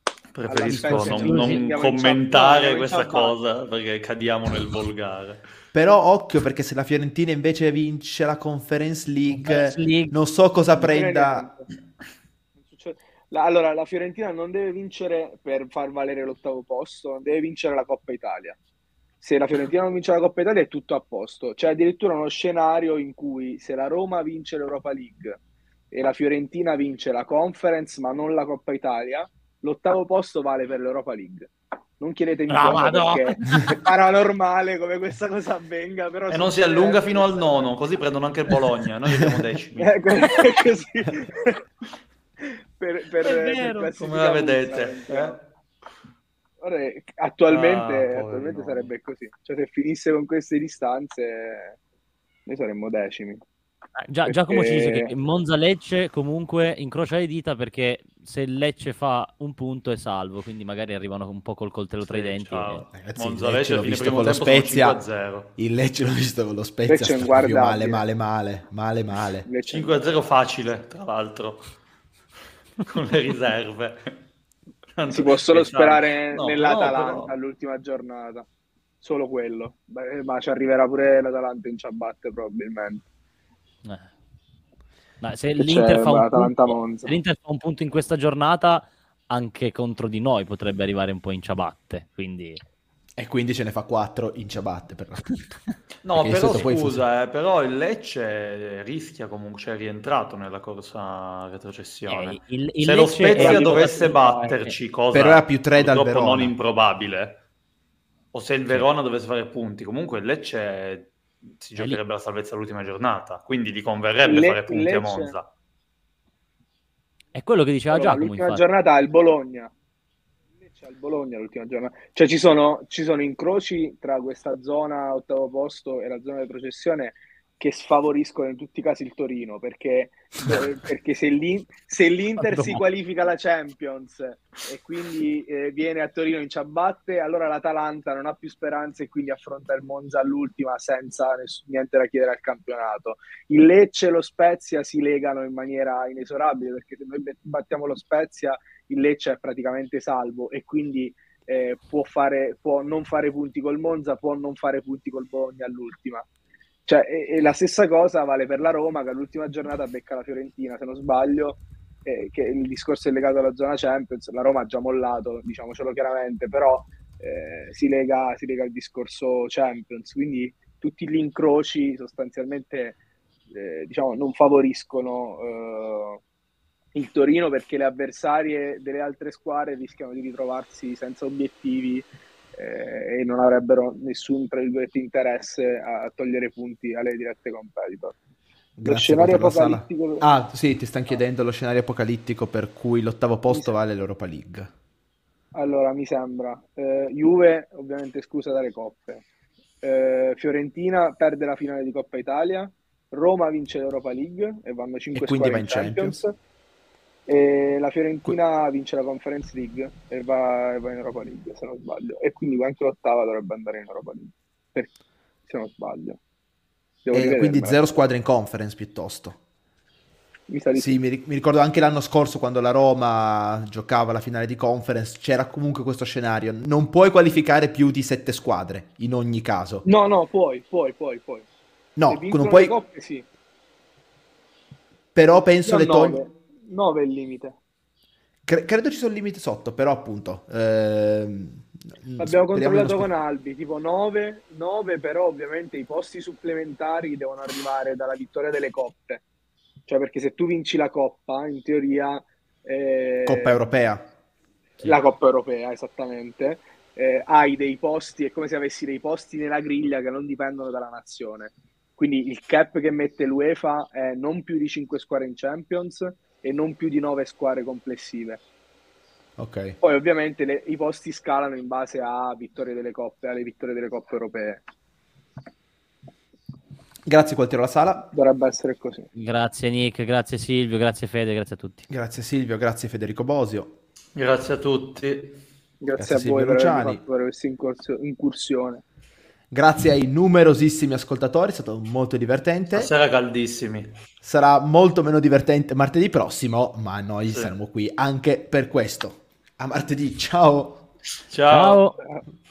preferisco non commentare questa cosa perché cadiamo nel volgare. Però occhio, perché se la Fiorentina invece vince la Conference Conference League. non so cosa Non tiene prenda. niente. Non succede- Allora, la Fiorentina non deve vincere per far valere l'8º posto, deve vincere la Coppa Italia. Se la Fiorentina non vince la Coppa Italia è tutto a posto. C'è addirittura uno scenario in cui se la Roma vince l'Europa League e la Fiorentina vince la Conference ma non la Coppa Italia, l'8º posto vale per l'Europa League. Non chiedetemi Ah, come, no. perché è paranormale come questa cosa avvenga, però E non si succede allunga anche fino al questa nono, cosa. così prendono anche il Bologna. Noi siamo decimi. È così. per È vero. classifica Come la puzza, vedete? Ora, attualmente, Ah, poveri attualmente noi. sarebbe così. Cioè, se finisse con queste distanze, noi saremmo decimi. Giacomo ci dice Perché- che Monza-Lecce comunque incrocia le dita, perché se il Lecce fa un punto è salvo, quindi magari arrivano un po' col coltello tra i Sì, denti. ciao. Ragazzi, Monza il Lecce Lecce l'ho fine visto primo con lo tempo sono Spezia. 5-0. Il Lecce l'ho visto con lo Spezia. Lecce è proprio inguardabile. male. Invece 5-0 facile, tra l'altro, con le riserve. si può solo Pensavo. sperare No, nell'Atalanta però- all'ultima giornata. Solo quello. Beh, ma ci arriverà pure l'Atalanta in ciabatte, probabilmente. Ma se Che l'Inter c'è fa un Atalanta punto, Monza. se l'Inter fa un punto in questa giornata, anche contro di noi potrebbe arrivare un po' in ciabatte, quindi E quindi ce ne fa 4 in ciabatte per l'appunto. No, Perché di però solito poi scusa, però il Lecce rischia comunque, cioè è rientrato nella corsa a retrocessione. il Se lo Lecce è Spezia arrivato dovesse a- batterci, cosa Però era più 3 dal purtroppo non Verona. improbabile, o se il Sì. Verona dovesse fare punti, comunque il Lecce si giocherebbe la salvezza all'ultima giornata, quindi gli converrebbe Il fare Le- il punti a Lecce- Monza. È quello che diceva Allora, Giacomo, l'ultima infatti. giornata è il Bologna. C'è il Bologna l'ultima giornata. Cioè ci sono incroci tra questa zona 8º posto e la zona di retrocessione che sfavoriscono in tutti i casi il Torino, perché se l'Inter si No. qualifica alla Champions e quindi viene a Torino in ciabatte, allora l'Atalanta non ha più speranze e quindi affronta il Monza all'ultima senza niente da chiedere al campionato. Il Lecce e lo Spezia si legano in maniera inesorabile, perché se noi battiamo lo Spezia, il Lecce è praticamente salvo e quindi può non fare punti col Monza, può non fare punti col Bologna all'ultima. Cioè, e la stessa cosa vale per la Roma, che all'ultima giornata becca la Fiorentina, se non sbaglio, che il discorso è legato alla zona Champions. La Roma ha già mollato, diciamocelo chiaramente, però si lega al discorso Champions, quindi tutti gli incroci sostanzialmente diciamo, non favoriscono il Torino, perché le avversarie delle altre squadre rischiano di ritrovarsi senza obiettivi e non avrebbero nessun, tra virgolette, interesse a togliere punti alle dirette competitor. Lo Grazie scenario contro la sala. apocalittico... Ah, sì, ti stanno chiedendo lo scenario apocalittico per cui l'8º posto Mi vale l'Europa League. Allora, mi sembra Juve ovviamente esclusa dalle coppe, Fiorentina perde la finale di Coppa Italia, Roma vince l'Europa League e vanno 5 E quindi squadre va in in Champions. E la Fiorentina vince la Conference League e va in Europa League, se non sbaglio, e quindi anche l'8ª dovrebbe andare in Europa League, se non sbaglio. Devo Quindi rivedermela. 0 squadre in Conference piuttosto. Mi sa di Sì, mi ricordo anche l'anno scorso quando la Roma giocava la finale di Conference, c'era comunque questo scenario. Non puoi qualificare più di 7 squadre, in ogni caso. No, puoi. No, Se vincono non puoi, le coppe, sì. però penso le 9 è il limite. Credo ci sono limiti sotto, però appunto... L'abbiamo controllato con con Albi, tipo 9, però ovviamente i posti supplementari devono arrivare dalla vittoria delle coppe. Cioè, perché se tu vinci la Coppa, in teoria... Coppa Europea. La Coppa Europea, esattamente. Hai dei posti, è come se avessi dei posti nella griglia che non dipendono dalla nazione. Quindi il cap che mette l'UEFA è non più di 5 squadre in Champions e non più di 9 squadre complessive. Ok. Poi ovviamente i posti scalano in base alle vittorie delle coppe europee. Grazie Gualtiero La Sala. Dovrebbe essere così. Grazie Nick, grazie Silvio, grazie Fede, grazie a tutti. Grazie Silvio, grazie Federico Bosio. Grazie a tutti. Grazie a Silvio voi per Luciani. avermi fatto fare questa incursione. Grazie ai numerosissimi ascoltatori, è stato molto divertente. Stasera caldissimi. Sarà molto meno divertente martedì prossimo, ma noi Sì. saremo qui anche per questo. A martedì, ciao! Ciao. Ciao.